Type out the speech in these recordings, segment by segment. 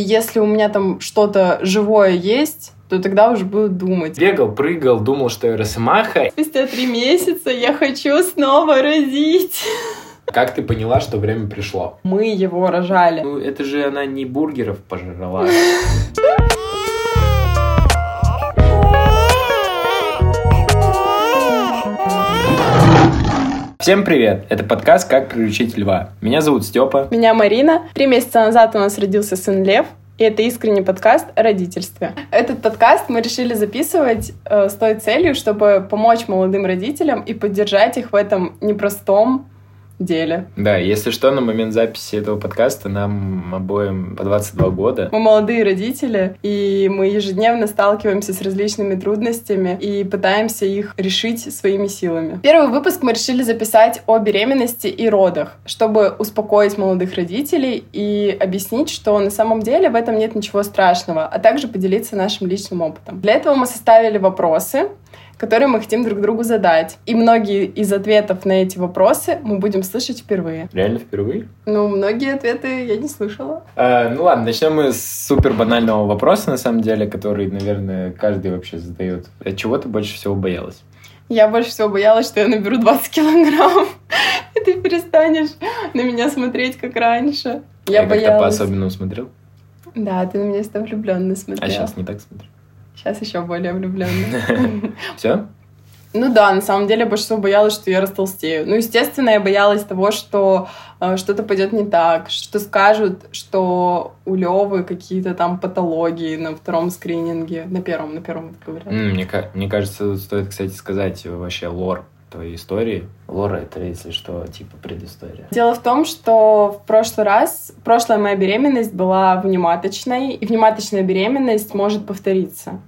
если у меня там что-то живое есть, то тогда уже буду думать. Бегал, прыгал, думал, что я росомаха. Спустя 3 месяца я хочу снова родить. Как ты поняла, что время пришло? Мы его рожали. Ну, это же она не бургеров пожрала. Всем привет! Это подкаст «Как приручить льва». Меня зовут Степа. Меня Марина. 3 месяца назад у нас родился сын Лев. И это искренний подкаст о родительстве. Этот подкаст мы решили записывать с той целью, чтобы помочь молодым родителям и поддержать их в этом непростом деле. Да, если что, на момент записи этого подкаста нам обоим по 22 года. Мы молодые родители, и мы ежедневно сталкиваемся с различными трудностями и пытаемся их решить своими силами. Первый выпуск мы решили записать о беременности и родах, чтобы успокоить молодых родителей и объяснить, что на самом деле в этом нет ничего страшного, а также поделиться нашим личным опытом. Для этого мы составили вопросы, которые мы хотим друг другу задать. И многие из ответов на эти вопросы мы будем слышать впервые. Реально впервые? Ну, многие ответы я не слышала. Ну ладно, начнем мы с супер банального вопроса, на самом деле, который, наверное, каждый вообще задает. От чего ты больше всего боялась? Я больше всего боялась, что я наберу 20 килограмм, и ты перестанешь на меня смотреть, как раньше. Я боялась. Как-то по-особенному смотрел? Да, ты на меня всегда влюбленно смотрел. А сейчас не так смотрю? Сейчас еще более влюбленно. Все? Ну да, на самом деле я больше всего боялась, что я растолстею. Ну, естественно, я боялась того, что что-то пойдет не так, что скажут, что у Лёвы какие-то там патологии на втором скрининге, на первом говорят. Мне кажется, стоит, кстати, сказать вообще лор твоей истории. Лора — это, если что, типа предыстория. Дело в том, что прошлая моя беременность была внематочной, и внематочная беременность может повториться.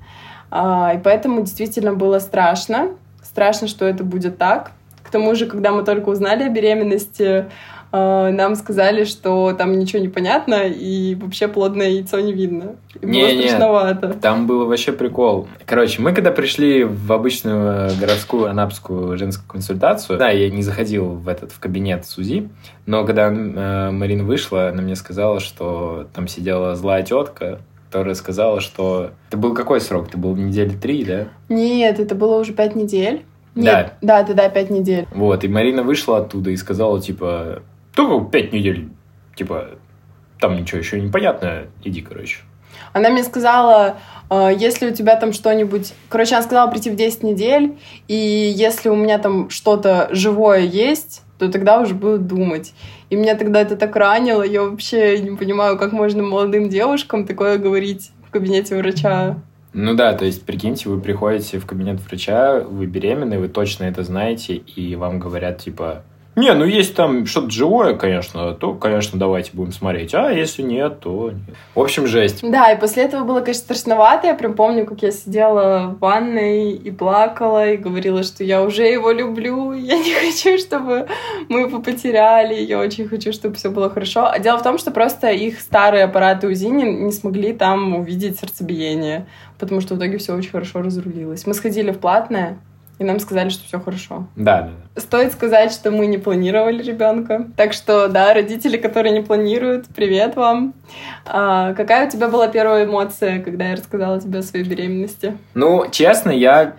И поэтому действительно было страшно. Страшно, что это будет так. К тому же, когда мы только узнали о беременности, нам сказали, что там ничего не понятно, и вообще плодное яйцо не видно. И было страшновато. Там был вообще прикол. Короче, мы когда пришли в обычную городскую анапскую женскую консультацию, да, я не заходил в кабинет с УЗИ, но когда Марина вышла, она мне сказала, что там сидела злая тетка, которая сказала, что... Это был какой срок? Это был недели 3, да? Нет, это было уже 5 недель. Нет, да, 5 недель. Вот, и Марина вышла оттуда и сказала, типа, только 5 недель, типа, там ничего еще не понятно, иди, короче. Она мне сказала, если у тебя там что-нибудь... Короче, она сказала прийти в 10 недель, и если у меня там что-то живое есть, то тогда уже буду думать. И меня тогда это так ранило, я вообще не понимаю, как можно молодым девушкам такое говорить в кабинете врача. Ну да, то есть, прикиньте, вы приходите в кабинет врача, вы беременны, вы точно это знаете, и вам говорят, типа, не, ну если там что-то живое, конечно, то, конечно, давайте будем смотреть, а если нет, то нет. В общем, жесть. Да, и после этого было, конечно, страшновато. Я прям помню, как я сидела в ванной и плакала, и говорила, что я уже его люблю, я не хочу, чтобы мы его потеряли, я очень хочу, чтобы все было хорошо. А дело в том, что просто их старые аппараты УЗИ не смогли там увидеть сердцебиение, потому что в итоге все очень хорошо разрулилось. Мы сходили в платное, и нам сказали, что все хорошо. Да. Стоит сказать, что мы не планировали ребенка. Так что, да, родители, которые не планируют, привет вам. Какая у тебя была первая эмоция, когда я рассказала тебе о своей беременности? Ну, честно, я...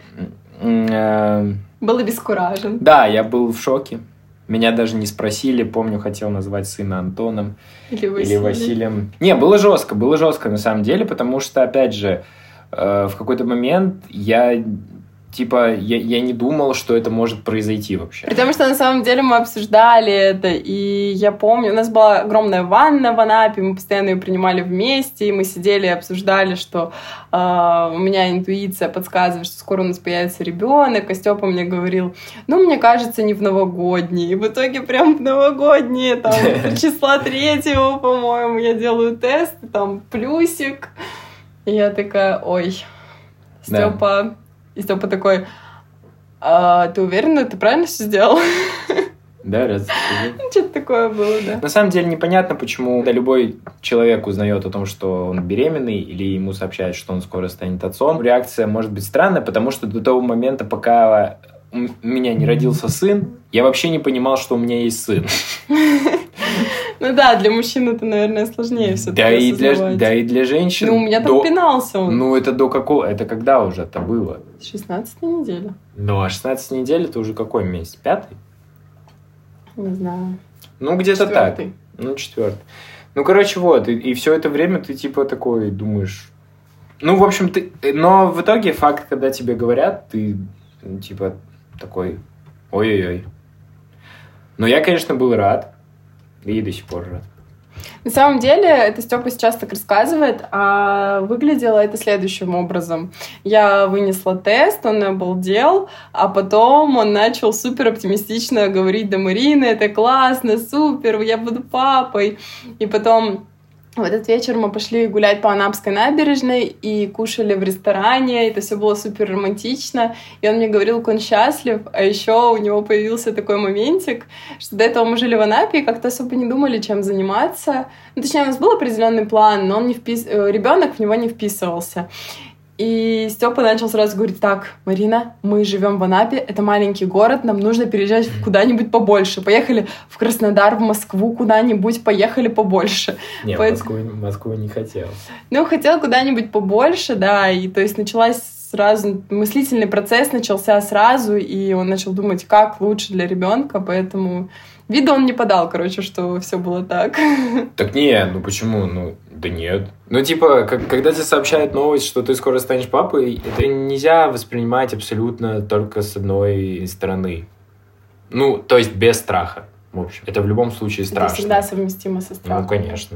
Был обескуражен. Да, я был в шоке. Меня даже не спросили, помню, хотел назвать сына Антоном или Василием. Не, было жестко на самом деле, потому что, опять же, в какой-то момент я не думал, что это может произойти вообще. Потому что на самом деле мы обсуждали это, и я помню, у нас была огромная ванна в Анапе, мы постоянно ее принимали вместе, и мы сидели и обсуждали, что у меня интуиция подсказывает, что скоро у нас появится ребенок, а Степа мне говорил, ну, мне кажется, не в новогодние. И в итоге прям в новогодние, там, числа 3-го, по-моему, я делаю тест, там, плюсик. И я такая, ой, Степа... Да. И Степа такой, ты уверена, ты правильно все сделал? Да, раз. Что-то такое было, да. На самом деле непонятно, почему любой человек узнает о том, что он беременный, или ему сообщают, что он скоро станет отцом. Реакция может быть странная, потому что до того момента, пока у меня не родился сын, я вообще не понимал, что у меня есть сын. Ну да, для мужчин это, наверное, сложнее все-таки осознавать. Да и для женщин. Ну, у меня там пинался он. Ну, это до какого? Это когда уже это было? 16 недели. Ну, а 16 недель это уже какой месяц? 5? Не знаю. Ну, где-то 4. так. Ну, 4. Ну, короче, вот. И все это время ты типа такой думаешь... Ну, в общем, но в итоге факт, когда тебе говорят, ты типа такой, ой-ой-ой. Но я, конечно, был рад. И до сих пор рад. На самом деле, это Степа сейчас так рассказывает, а выглядело это следующим образом. Я вынесла тест, он обалдел, а потом он начал супер оптимистично говорить: да, Марина, это классно, супер, я буду папой. И потом... В этот вечер мы пошли гулять по Анапской набережной и кушали в ресторане. Это все было супер романтично. И он мне говорил, как он счастлив. А еще у него появился такой моментик, что до этого мы жили в Анапе и как-то особо не думали, чем заниматься. Ну, точнее, у нас был определенный план, но он ребенок в него не вписывался. И Степа начал сразу говорить: так, Марина, мы живем в Анапе, это маленький город, нам нужно переезжать куда-нибудь побольше. Поехали в Краснодар, в Москву куда-нибудь, поехали побольше. Не, Москву не хотел. Ну, хотел куда-нибудь побольше, да, и то есть началась сразу, мыслительный процесс начался сразу, и он начал думать, как лучше для ребенка, поэтому вида он не подал, короче, что все было так. Так не, ну почему? Ну, да нет. Ну, типа, когда тебе сообщают новость, что ты скоро станешь папой, это нельзя воспринимать абсолютно только с одной стороны. Ну, то есть без страха, в общем. Это в любом случае страшно. Это всегда совместимо со страхом. Ну, конечно.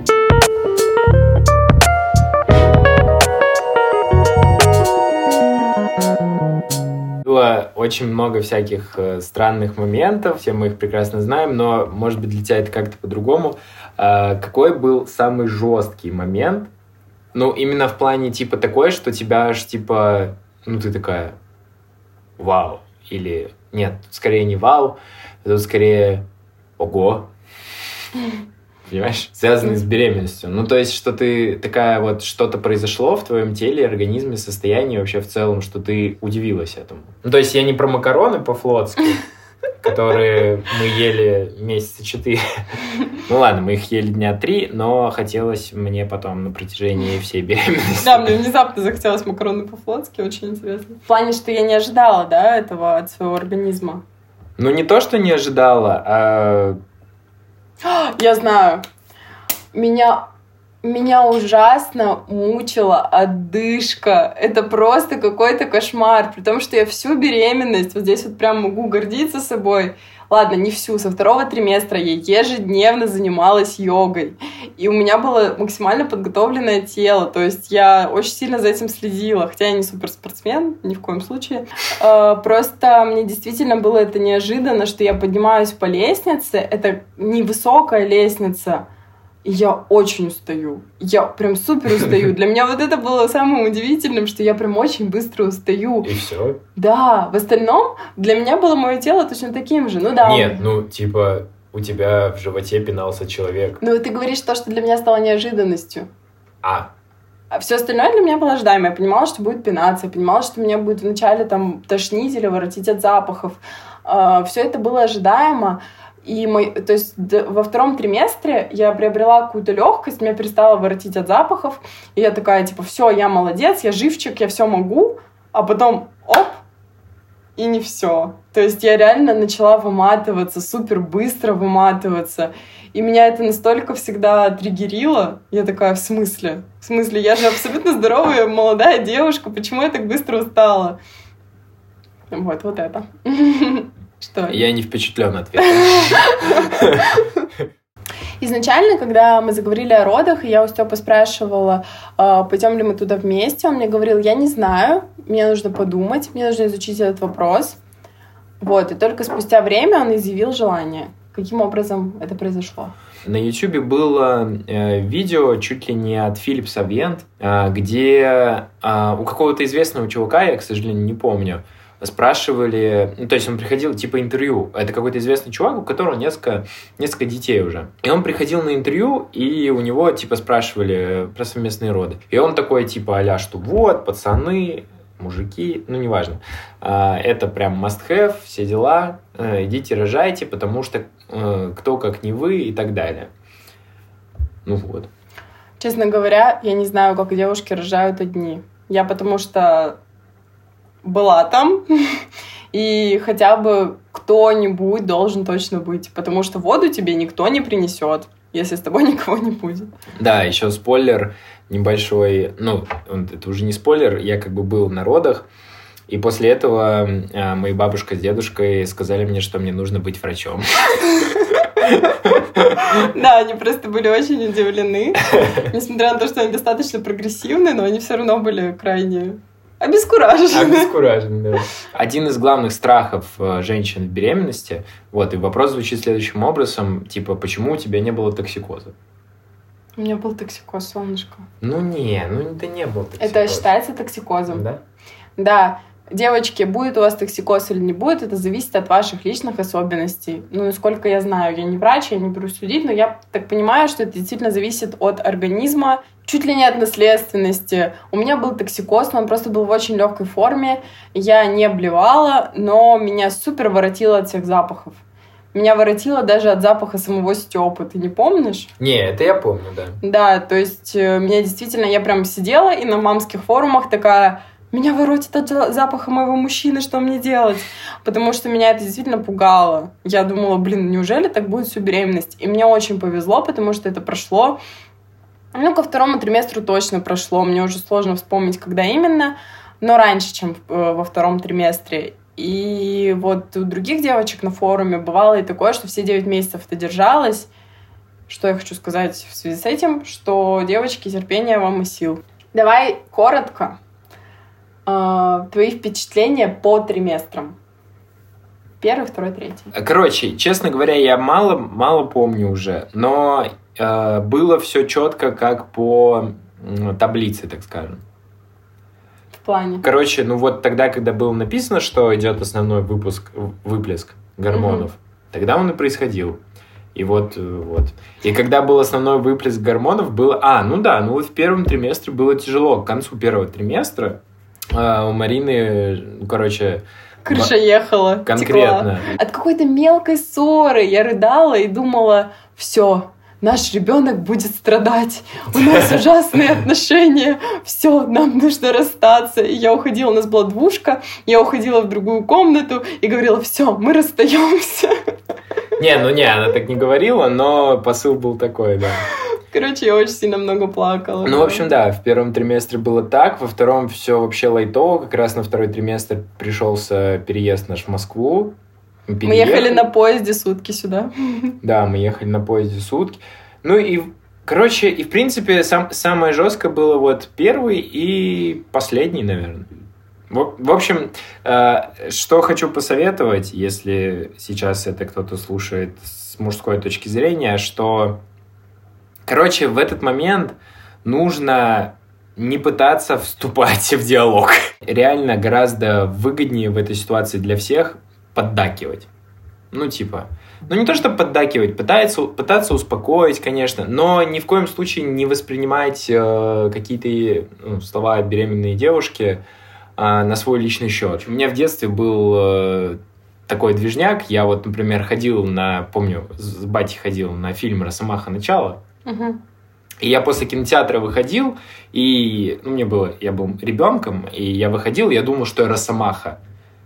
Было очень много всяких странных моментов, все мы их прекрасно знаем, но, может быть, для тебя это как-то по-другому. Какой был самый жесткий момент? Ну, именно в плане, типа, такой, что тебя аж, типа, ну, ты такая, вау. Или, нет, скорее не вау, это скорее, ого. Понимаешь? Связанный с беременностью. Ну, то есть, что ты такая вот, что-то произошло в твоем теле, организме, состоянии вообще в целом, что ты удивилась этому. Ну, то есть, я не про макароны по-флотски, которые мы ели месяца 4. Ну ладно, мы их ели дня 3, но хотелось мне потом на протяжении всей беременности. Да, мне внезапно захотелось макароны по-флотски, очень интересно. В плане, что я не ожидала, да, этого от своего организма. Ну не то, что не ожидала, а... Я знаю. Меня ужасно мучила одышка. Это просто какой-то кошмар. При том, что я всю беременность, вот здесь вот прям могу гордиться собой. Ладно, не всю, со 2-го триместра я ежедневно занималась йогой. И у меня было максимально подготовленное тело. То есть я очень сильно за этим следила. Хотя я не суперспортсмен, ни в коем случае. Просто мне действительно было это неожиданно, что я поднимаюсь по лестнице. Это невысокая лестница. И я очень устаю. Я прям супер устаю. Для меня вот это было самым удивительным, что я прям очень быстро устаю. И все? Да. В остальном для меня было мое тело точно таким же. Ну да. Нет, ну типа у тебя в животе пинался человек. Ну ты говоришь то, что для меня стало неожиданностью. А все остальное для меня было ожидаемо. Я понимала, что будет пинаться. Я понимала, что меня будет вначале там тошнить или воротить от запахов. Все это было ожидаемо. И то есть во 2-м триместре я приобрела какую-то легкость, меня перестало воротить от запахов. И я такая, типа, все, я молодец, я живчик, я все могу. А потом, оп, и не все. То есть я реально начала выматываться, супер быстро выматываться. И меня это настолько всегда триггерило. Я такая, в смысле? В смысле, я же абсолютно здоровая молодая девушка, почему я так быстро устала? Вот это. Что? Я не впечатлен ответом. Изначально, когда мы заговорили о родах, я у Степы спрашивала, пойдем ли мы туда вместе. Он мне говорил, я не знаю, мне нужно подумать, мне нужно изучить этот вопрос. Вот, и только спустя время он изъявил желание. Каким образом это произошло? На YouTube было видео чуть ли не от Philips Avent, где у какого-то известного чувака, я, к сожалению, не помню, спрашивали, ну, то есть он приходил, типа, интервью. Это какой-то известный чувак, у которого несколько детей уже. И он приходил на интервью, и у него, типа, спрашивали про совместные роды. И он такой, типа, а-ля, что вот, пацаны, мужики, ну, неважно. Это прям must have, все дела. идите рожайте, потому что кто как не вы и так далее. Ну вот. Честно говоря, я не знаю, как девушки рожают одни. Я потому что была там, и хотя бы кто-нибудь должен точно быть, потому что воду тебе никто не принесет, если с тобой никого не будет. Да, еще спойлер небольшой, ну, это уже не спойлер, я как бы был на родах, и после этого мои бабушка с дедушкой сказали мне, что мне нужно быть врачом. Да, они просто были очень удивлены, несмотря на то, что они достаточно прогрессивны, но они все равно были крайне обескуражены. Обескуражены, да. Один из главных страхов женщин в беременности, вот, и вопрос звучит следующим образом, типа, почему у тебя не было токсикоза? У меня был токсикоз, солнышко. Это не был токсикоз. Это считается токсикозом. Да? Да. Девочки, будет у вас токсикоз или не будет, это зависит от ваших личных особенностей. Ну, насколько я знаю, я не врач, я не берусь судить, но я так понимаю, что это действительно зависит от организма, чуть ли не от наследственности. У меня был токсикоз, но он просто был в очень легкой форме. Я не блевала, но меня супер воротило от всех запахов. Меня воротило даже от запаха самого Стёпы. Ты не помнишь? Не, это я помню, да. Да, то есть меня действительно... Я прям сидела и на мамских форумах такая... Меня воротит от запаха моего мужчины, что мне делать? Потому что меня это действительно пугало. Я думала, неужели так будет всю беременность? И мне очень повезло, потому что это прошло... ко второму триместру точно прошло. Мне уже сложно вспомнить, когда именно, но раньше, чем во втором триместре. И вот у других девочек на форуме бывало и такое, что все 9 месяцев это держалось. Что я хочу сказать в связи с этим? Что, девочки, терпения вам и сил. Давай коротко твои впечатления по триместрам. 1, 2, 3. Короче, честно говоря, я мало помню уже, но было все четко, как по таблице, так скажем. В плане? Короче, тогда, когда было написано, что идет основной выплеск гормонов, тогда он и происходил. И вот. И когда был основной выплеск гормонов, было... в первом триместре было тяжело. К концу первого триместра у Марины, крыша ехала. Конкретно. Текла. От какой-то мелкой ссоры я рыдала и думала, все, наш ребенок будет страдать, у нас ужасные отношения, все, нам нужно расстаться. И я уходила, у нас была двушка, я уходила в другую комнату и говорила, все, мы расстаемся. Она так не говорила, но посыл был такой, да. Короче, я очень сильно много плакала. В общем, да, в первом триместре было так, во втором все вообще лайтово, как раз на второй триместр пришелся переезд наш в Москву. Мы ехали на поезде сутки сюда. Да, мы ехали на поезде сутки. И в принципе, самое жесткое было первый и последний, наверное. В общем, что хочу посоветовать, если сейчас это кто-то слушает с мужской точки зрения, что, в этот момент нужно не пытаться вступать в диалог. Реально гораздо выгоднее в этой ситуации для всех поддакивать. Не то, чтобы поддакивать, пытаться успокоить, конечно, но ни в коем случае не воспринимать какие-то слова беременной девушки на свой личный счет. У меня в детстве был такой движняк. Я например, помню, с батей ходил на фильм «Росомаха. Начало». Угу. И я после кинотеатра выходил, и я был ребенком, и я выходил, я думал, что я Росомаха.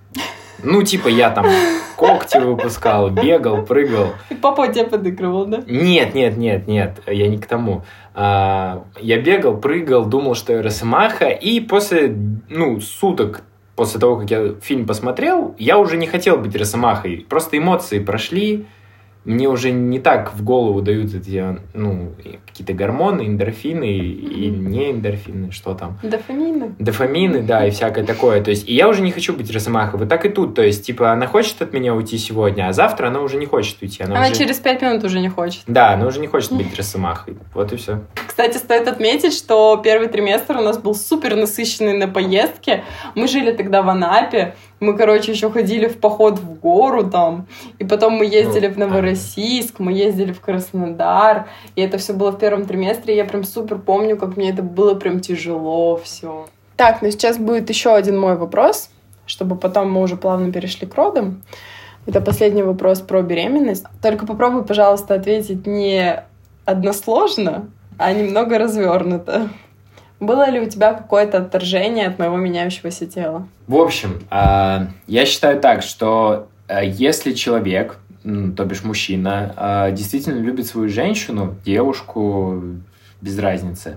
Я там когти выпускал, бегал, прыгал. И папа тебя подыгрывал, да? Нет, я не к тому. Я бегал, прыгал, думал, что я Росомаха, и после суток после того, как я фильм посмотрел, я уже не хотел быть Росомахой. Просто эмоции прошли, мне уже не так в голову дают эти, какие-то гормоны, эндорфины и не эндорфины, что там? Дофамины, да, и всякое такое. То есть, и я уже не хочу быть Росомахой. Вот так и тут. То есть, она хочет от меня уйти сегодня, а завтра она уже не хочет уйти. Она через 5 минут уже не хочет. Да, она уже не хочет быть Росомахой. Вот и все. Кстати, стоит отметить, что первый триместр у нас был супер насыщенный на поездки. Мы жили тогда в Анапе. Мы, еще ходили в поход в гору там. И потом мы ездили в Новороссийск, мы ездили в Краснодар. И это все было в первом триместре. Я прям супер помню, как мне это было прям тяжело все. Так, сейчас будет еще один мой вопрос, чтобы потом мы уже плавно перешли к родам. Это последний вопрос про беременность. Только попробуй, пожалуйста, ответить не односложно, а немного развернуто. Было ли у тебя какое-то отторжение от моего меняющегося тела? В общем, я считаю так, что если человек, то бишь мужчина, действительно любит свою женщину, девушку, без разницы,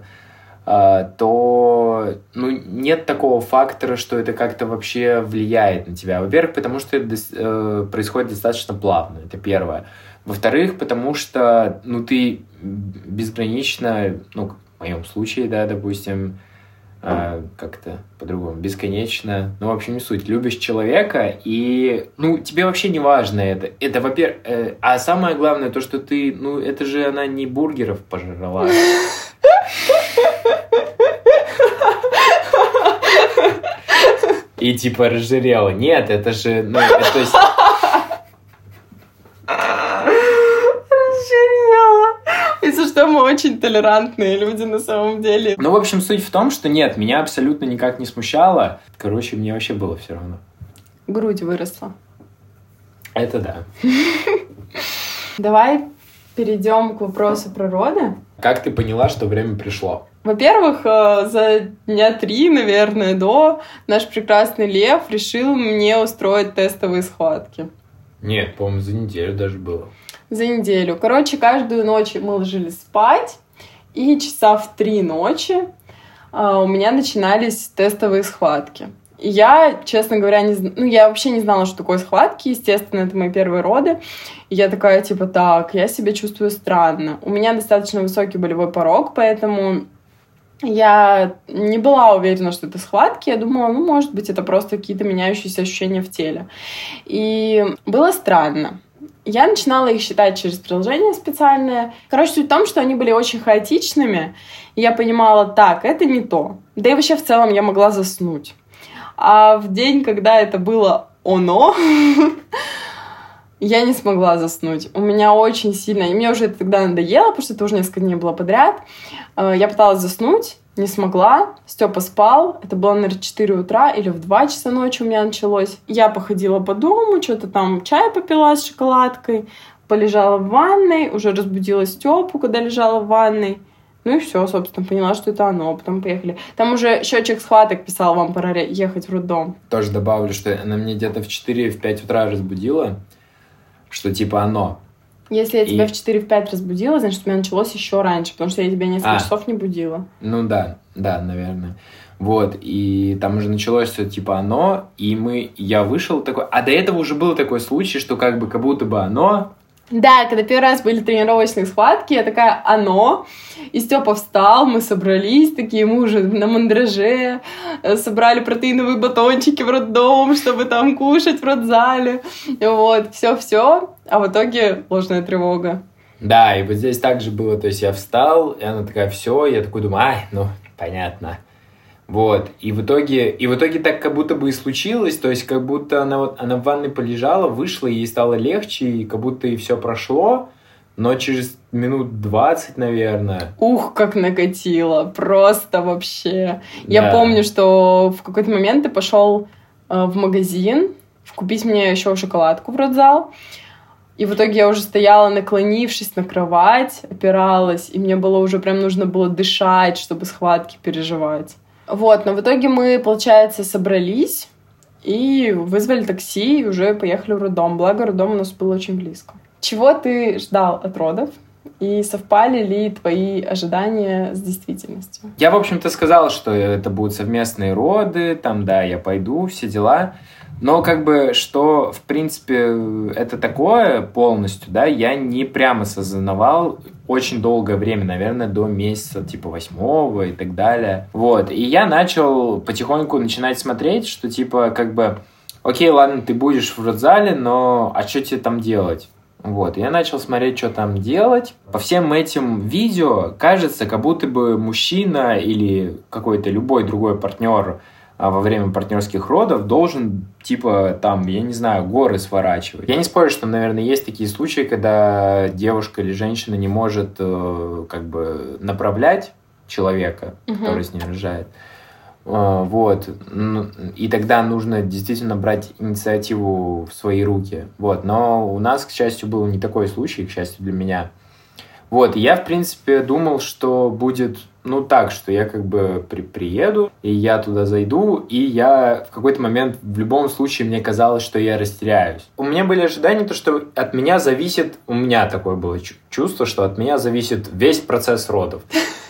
то нет такого фактора, что это как-то вообще влияет на тебя. Во-первых, потому что это происходит достаточно плавно, это первое. Во-вторых, потому что ты безгранично, в моем случае, да, допустим, как-то по-другому, бесконечно, в общем, не суть, любишь человека, и, тебе вообще не важно это, во-первых, а самое главное, то, что ты, это же она не бургеров пожрала. И типа разжирела. Нет, это же, то есть... Разжирела. Если что, мы очень толерантные люди на самом деле. В общем, суть в том, что нет, меня абсолютно никак не смущало. Короче, мне вообще было все равно. Грудь выросла. Это да. Давай перейдем к вопросу про роды. Как ты поняла, что время пришло? Во-первых, за дня 3, наверное, до наш прекрасный Лев решил мне устроить тестовые схватки. Нет, по-моему, за неделю даже было. За неделю. Короче, каждую ночь мы ложились спать, и часа в 3 ночи у меня начинались тестовые схватки. И я, честно говоря, я вообще не знала, что такое схватки. Естественно, это мои первые роды. И я такая, так, я себя чувствую странно. У меня достаточно высокий болевой порог, поэтому я не была уверена, что это схватки. Я думала, может быть, это просто какие-то меняющиеся ощущения в теле. И было странно. Я начинала их считать через приложение специальное. Короче, суть в том, что они были очень хаотичными. И я понимала, так, это не то. Да и вообще в целом я могла заснуть. А в день, когда это было оно, я не смогла заснуть. У меня очень сильно... И мне уже это тогда надоело, потому что это уже несколько дней было подряд. Я пыталась заснуть, не смогла. Степа спал. Это было, наверное, в 4 утра или в 2 часа ночи у меня началось. Я походила по дому, что-то там чай попила с шоколадкой, полежала в ванной, уже разбудила Степу, когда лежала в ванной. И все, собственно, поняла, что это оно. Потом поехали. Там уже счетчик схваток писал, вам пора ехать в роддом. Тоже добавлю, что она мне где-то в 4-5 утра разбудила, что типа оно. Если я тебя в 4-5 разбудила, значит, у меня началось еще раньше, потому что я тебя несколько часов не будила. Да, наверное. Вот, и там уже началось все типа оно, и я вышел такой... А до этого уже был такой случай, что как будто бы оно... Да, когда первый раз были тренировочные схватки, я такая, оно, и Степа встал, мы собрались, такие, мы уже на мандраже, собрали протеиновые батончики в роддом, чтобы там кушать в родзале, вот, все-все, а в итоге ложная тревога. Да, и вот здесь также было, то есть я встал, и она такая, все, я такой думаю, понятно. Вот, и в итоге так как будто бы и случилось, то есть как будто она в ванной полежала, вышла, ей стало легче, и как будто и все прошло, но через минут 20, наверное. Ух, как накатило, просто вообще. Да. Я помню, что в какой-то момент ты пошел в магазин купить мне еще шоколадку в родзал, и в итоге я уже стояла, наклонившись на кровать, опиралась, и мне было уже прям нужно было дышать, чтобы схватки переживать. Вот, но в итоге мы, получается, собрались и вызвали такси, и уже поехали в роддом. Благо, роддом у нас был очень близко. Чего ты ждал от родов? И совпали ли твои ожидания с действительностью? Я, в общем-то, сказал, что это будут совместные роды, там, да, я пойду, все дела. Но что, в принципе, это такое полностью, да, я не прямо осознавал очень долгое время, наверное, до месяца, 8-го и так далее. Вот, и я начал потихоньку начинать смотреть, что, окей, ладно, ты будешь в родзале, но а что тебе там делать? Вот, я начал смотреть, что там делать. По всем этим видео кажется, как будто бы мужчина или какой-то любой другой партнер во время партнерских родов должен, я не знаю, горы сворачивать. Я не спорю, что, наверное, есть такие случаи, когда девушка или женщина не может, направлять человека, который с ней рожает. Вот. И тогда нужно действительно брать инициативу в свои руки. Вот. Но у нас, к счастью, был не такой случай, к счастью для меня. Вот. И я, в принципе, думал, что будет, так, что я как бы приеду, и я туда зайду, и я в какой-то момент, в любом случае, мне казалось, что я растеряюсь. У меня были ожидания, что от меня зависит, у меня такое было чувство, что от меня зависит весь процесс родов.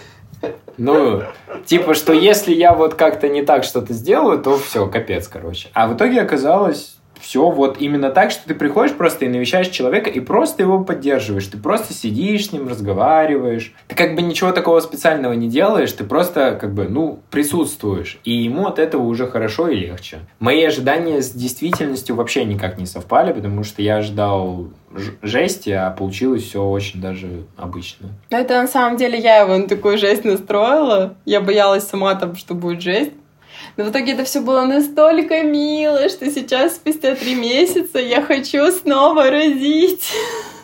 Что если я вот как-то не так что-то сделаю, то все, капец, короче. А в итоге оказалось все вот именно так, что ты приходишь просто и навещаешь человека, и просто его поддерживаешь. Ты просто сидишь с ним, разговариваешь. Ты как бы ничего такого специального не делаешь, ты просто как бы, присутствуешь. И ему от этого уже хорошо и легче. Мои ожидания с действительностью вообще никак не совпали, потому что я ожидал жести, а получилось все очень даже обычно. Но это на самом деле я его на такую жесть настроила. Я боялась сама что будет жесть. Но в итоге это все было настолько мило, что сейчас, спустя 3 месяца, я хочу снова родить.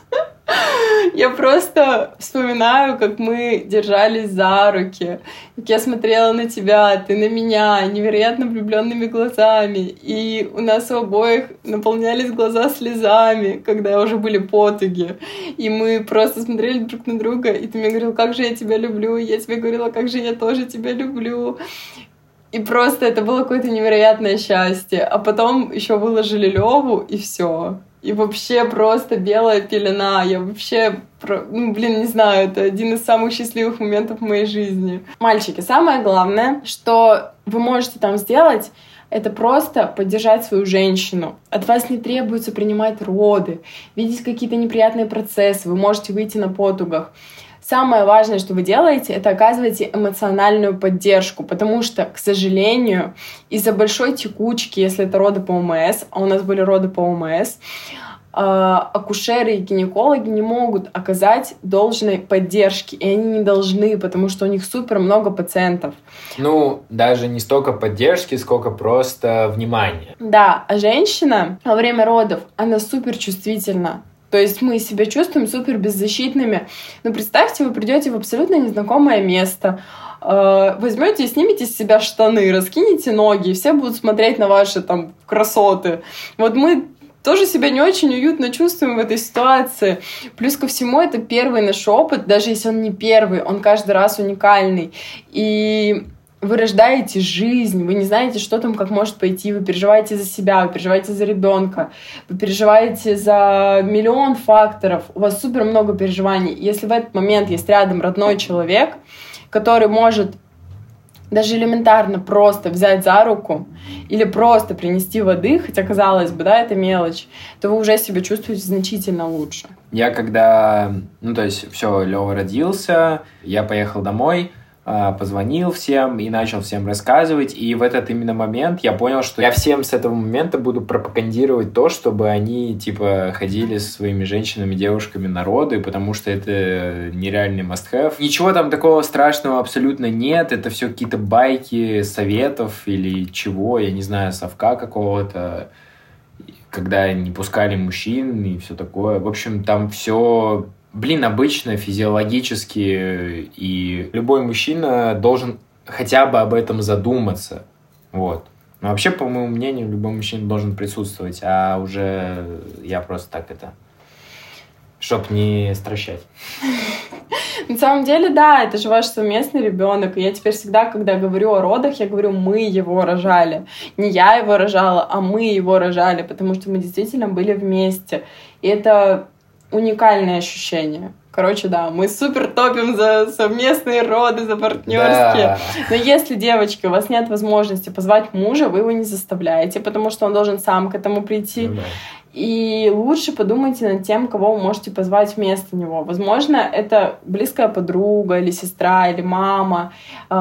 Я просто вспоминаю, как мы держались за руки, как я смотрела на тебя, ты на меня, невероятно влюбленными глазами. И у нас у обоих наполнялись глаза слезами, когда уже были потуги. И мы просто смотрели друг на друга, и ты мне говорил, как же я тебя люблю. И я тебе говорила, как же я тоже тебя люблю. И просто это было какое-то невероятное счастье. А потом еще выложили Леву, и все. И вообще просто белая пелена. Я вообще, не знаю, это один из самых счастливых моментов в моей жизни. Мальчики, самое главное, что вы можете там сделать, это просто поддержать свою женщину. От вас не требуется принимать роды, видеть какие-то неприятные процессы. Вы можете выйти на потугах. Самое важное, что вы делаете, это оказываете эмоциональную поддержку, потому что, к сожалению, из-за большой текучки, если это роды по ОМС, а у нас были роды по ОМС, акушеры и гинекологи не могут оказать должной поддержки, и они не должны, потому что у них супер много пациентов. Даже не столько поддержки, сколько просто внимания. Да, а женщина во время родов, она супер чувствительна. То есть мы себя чувствуем супер беззащитными. Но представьте, вы придете в абсолютно незнакомое место, возьмете и снимете с себя штаны, раскинете ноги, и все будут смотреть на ваши красоты. Вот мы тоже себя не очень уютно чувствуем в этой ситуации. Плюс ко всему, это первый наш опыт, даже если он не первый, он каждый раз уникальный. И вы рождаете жизнь, вы не знаете, что там, как может пойти, вы переживаете за себя, вы переживаете за ребенка, вы переживаете за миллион факторов, у вас супер много переживаний. Если в этот момент есть рядом родной человек, который может даже элементарно просто взять за руку или просто принести воды, хотя, казалось бы, это мелочь, то вы уже себя чувствуете значительно лучше. Я когда, все, Лёва родился, я поехал домой, позвонил всем и начал всем рассказывать. И в этот именно момент я понял, что я всем с этого момента буду пропагандировать то, чтобы они, ходили со своими женщинами, девушками на роды, потому что это нереальный must-have. Ничего там такого страшного абсолютно нет. Это все какие-то байки советов или чего, я не знаю, совка какого-то, когда не пускали мужчин и все такое. В общем, там все... обычно, физиологически, и любой мужчина должен хотя бы об этом задуматься. Вот. Но вообще, по моему мнению, любой мужчина должен присутствовать, а уже я просто так чтоб не стращать. На самом деле, да, это же ваш совместный ребенок. И я теперь всегда, когда говорю о родах, я говорю, мы его рожали. Не я его рожала, а мы его рожали, потому что мы действительно были вместе. И это уникальное ощущение. Короче, да, мы супер топим за совместные роды, за партнерские. Да. Но если, девочки, у вас нет возможности позвать мужа, вы его не заставляете, потому что он должен сам к этому прийти. Да. И лучше подумайте над тем, кого вы можете позвать вместо него. Возможно, это близкая подруга, или сестра, или мама,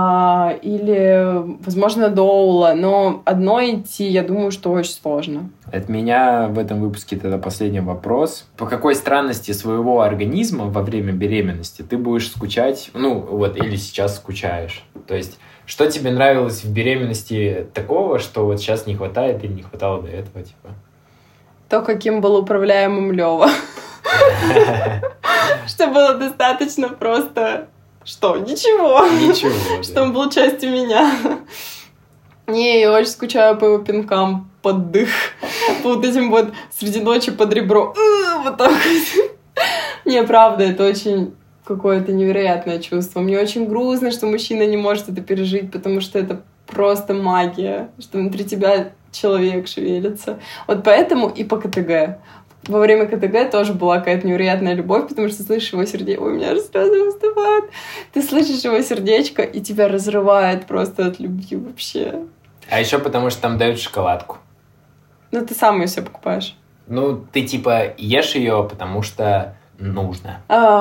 или, возможно, доула. Но одной идти, я думаю, что очень сложно. От меня в этом выпуске тогда последний вопрос. По какой странности своего организма во время беременности ты будешь скучать, или сейчас скучаешь? То есть, что тебе нравилось в беременности такого, что вот сейчас не хватает или не хватало до этого, То, каким был управляемым Лёва. Что было достаточно просто... Что? Ничего. Ничего. Что он был частью меня. Не, я очень скучаю по его пинкам под дых, по вот этим вот среди ночи под ребро. Вот так вот. Не, правда, это очень какое-то невероятное чувство. Мне очень грустно, что мужчина не может это пережить, потому что это просто магия, что внутри тебя человек шевелится. Вот поэтому и по КТГ. Во время КТГ тоже была какая-то невероятная любовь, потому что слышишь его сердечко, ой, у меня аж слезы выступают. Ты слышишь его сердечко, и тебя разрывает просто от любви вообще. А еще потому, что там дают шоколадку. Ну, ты сам ее себе покупаешь. Ну, ты типа ешь ее, потому что нужно.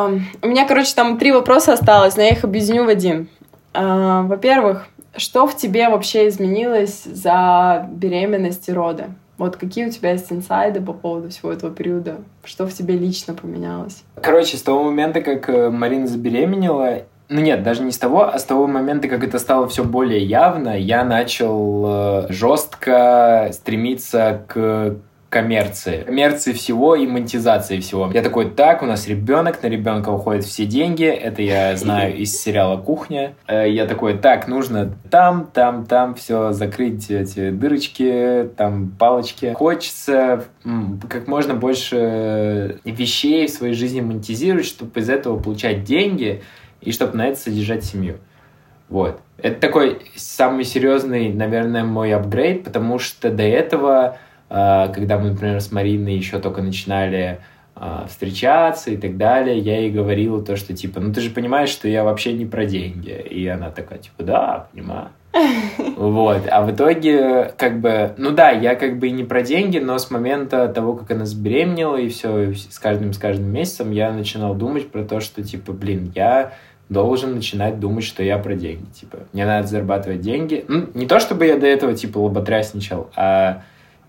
У меня, короче, там 3 вопроса осталось, но я их объединю в один. Во-первых, что в тебе вообще изменилось за беременность и роды? Вот какие у тебя есть инсайды по поводу всего этого периода? Что в тебе лично поменялось? Короче, с того момента, как Марина забеременела, ну нет, даже не с того, а с того момента, как это стало все более явно, я начал жестко стремиться к коммерции. Коммерции всего и монетизации всего. Я такой, так, у нас ребенок, на ребенка уходят все деньги. Это я знаю из сериала «Кухня». Я такой, так, нужно там все закрыть, эти дырочки, там палочки. Хочется как можно больше вещей в своей жизни монетизировать, чтобы из этого получать деньги и чтобы на это содержать семью. Вот. Это такой самый серьезный, наверное, мой апгрейд, потому что до этого, когда мы, например, с Мариной еще только начинали встречаться и так далее, я ей говорила то, что типа, ну ты же понимаешь, что я вообще не про деньги. И она такая, типа, да, понимаю. Вот. А в итоге, как бы, ну да, я как бы и не про деньги, но с момента того, как она забеременела, и все, с каждым месяцем я начинал думать про то, что, типа, блин, я должен начинать думать, что я про деньги. Типа, мне надо зарабатывать деньги. Ну, не то, чтобы я до этого, типа, лоботрясничал, а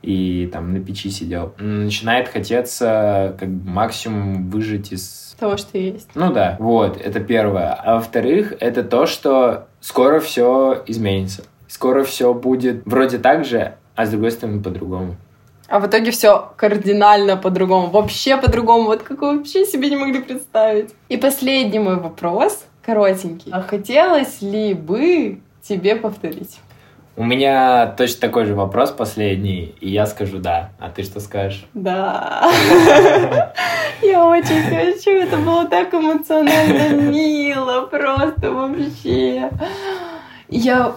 и там на печи сидел. Начинает хотеться как бы максимум выжить из того, что есть. Ну да, вот, это первое. А во-вторых, это то, что скоро все изменится. Скоро все будет вроде так же, а с другой стороны по-другому. А в итоге все кардинально по-другому. Вообще по-другому. Вот как вы вообще себе не могли представить. И последний мой вопрос, коротенький. А хотелось ли бы тебе повторить? У меня точно такой же вопрос последний, и я скажу да. А ты что скажешь? Да. Я очень хочу. Это было так эмоционально мило. Просто вообще. Я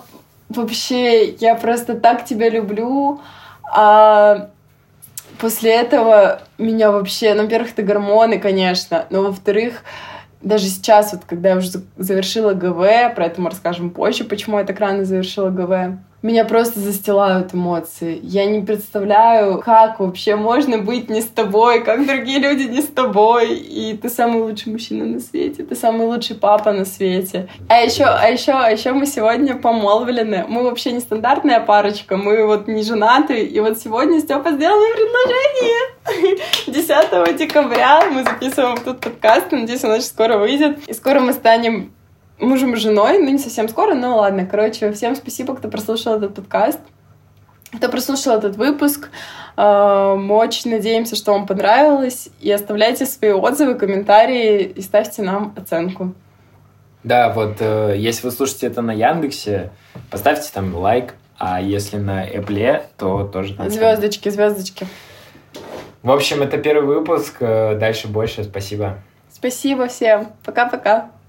просто так тебя люблю. А после этого меня вообще... Ну, во-первых, это гормоны, конечно. Но, во-вторых, даже сейчас, вот, когда я уже завершила ГВ, про это мы расскажем позже, почему я так рано завершила ГВ, меня просто застилают эмоции. Я не представляю, как вообще можно быть не с тобой, как другие люди не с тобой. И ты самый лучший мужчина на свете, ты самый лучший папа на свете. А еще мы сегодня помолвлены. Мы вообще не стандартная парочка, мы вот не женаты. И вот сегодня Степа сделал мне предложение. 10 декабря мы записываем этот подкаст. Надеюсь, он очень скоро выйдет. И скоро мы станем мужем и женой, ну не совсем скоро, но ладно. Короче, всем спасибо, кто прослушал этот подкаст, кто прослушал этот выпуск. Мы очень надеемся, что вам понравилось. И оставляйте свои отзывы, комментарии и ставьте нам оценку. Да, вот если вы слушаете это на Яндексе, поставьте там лайк, а если на Apple, то тоже там звездочки. В общем, это первый выпуск. Дальше больше. Спасибо. Спасибо всем. Пока-пока.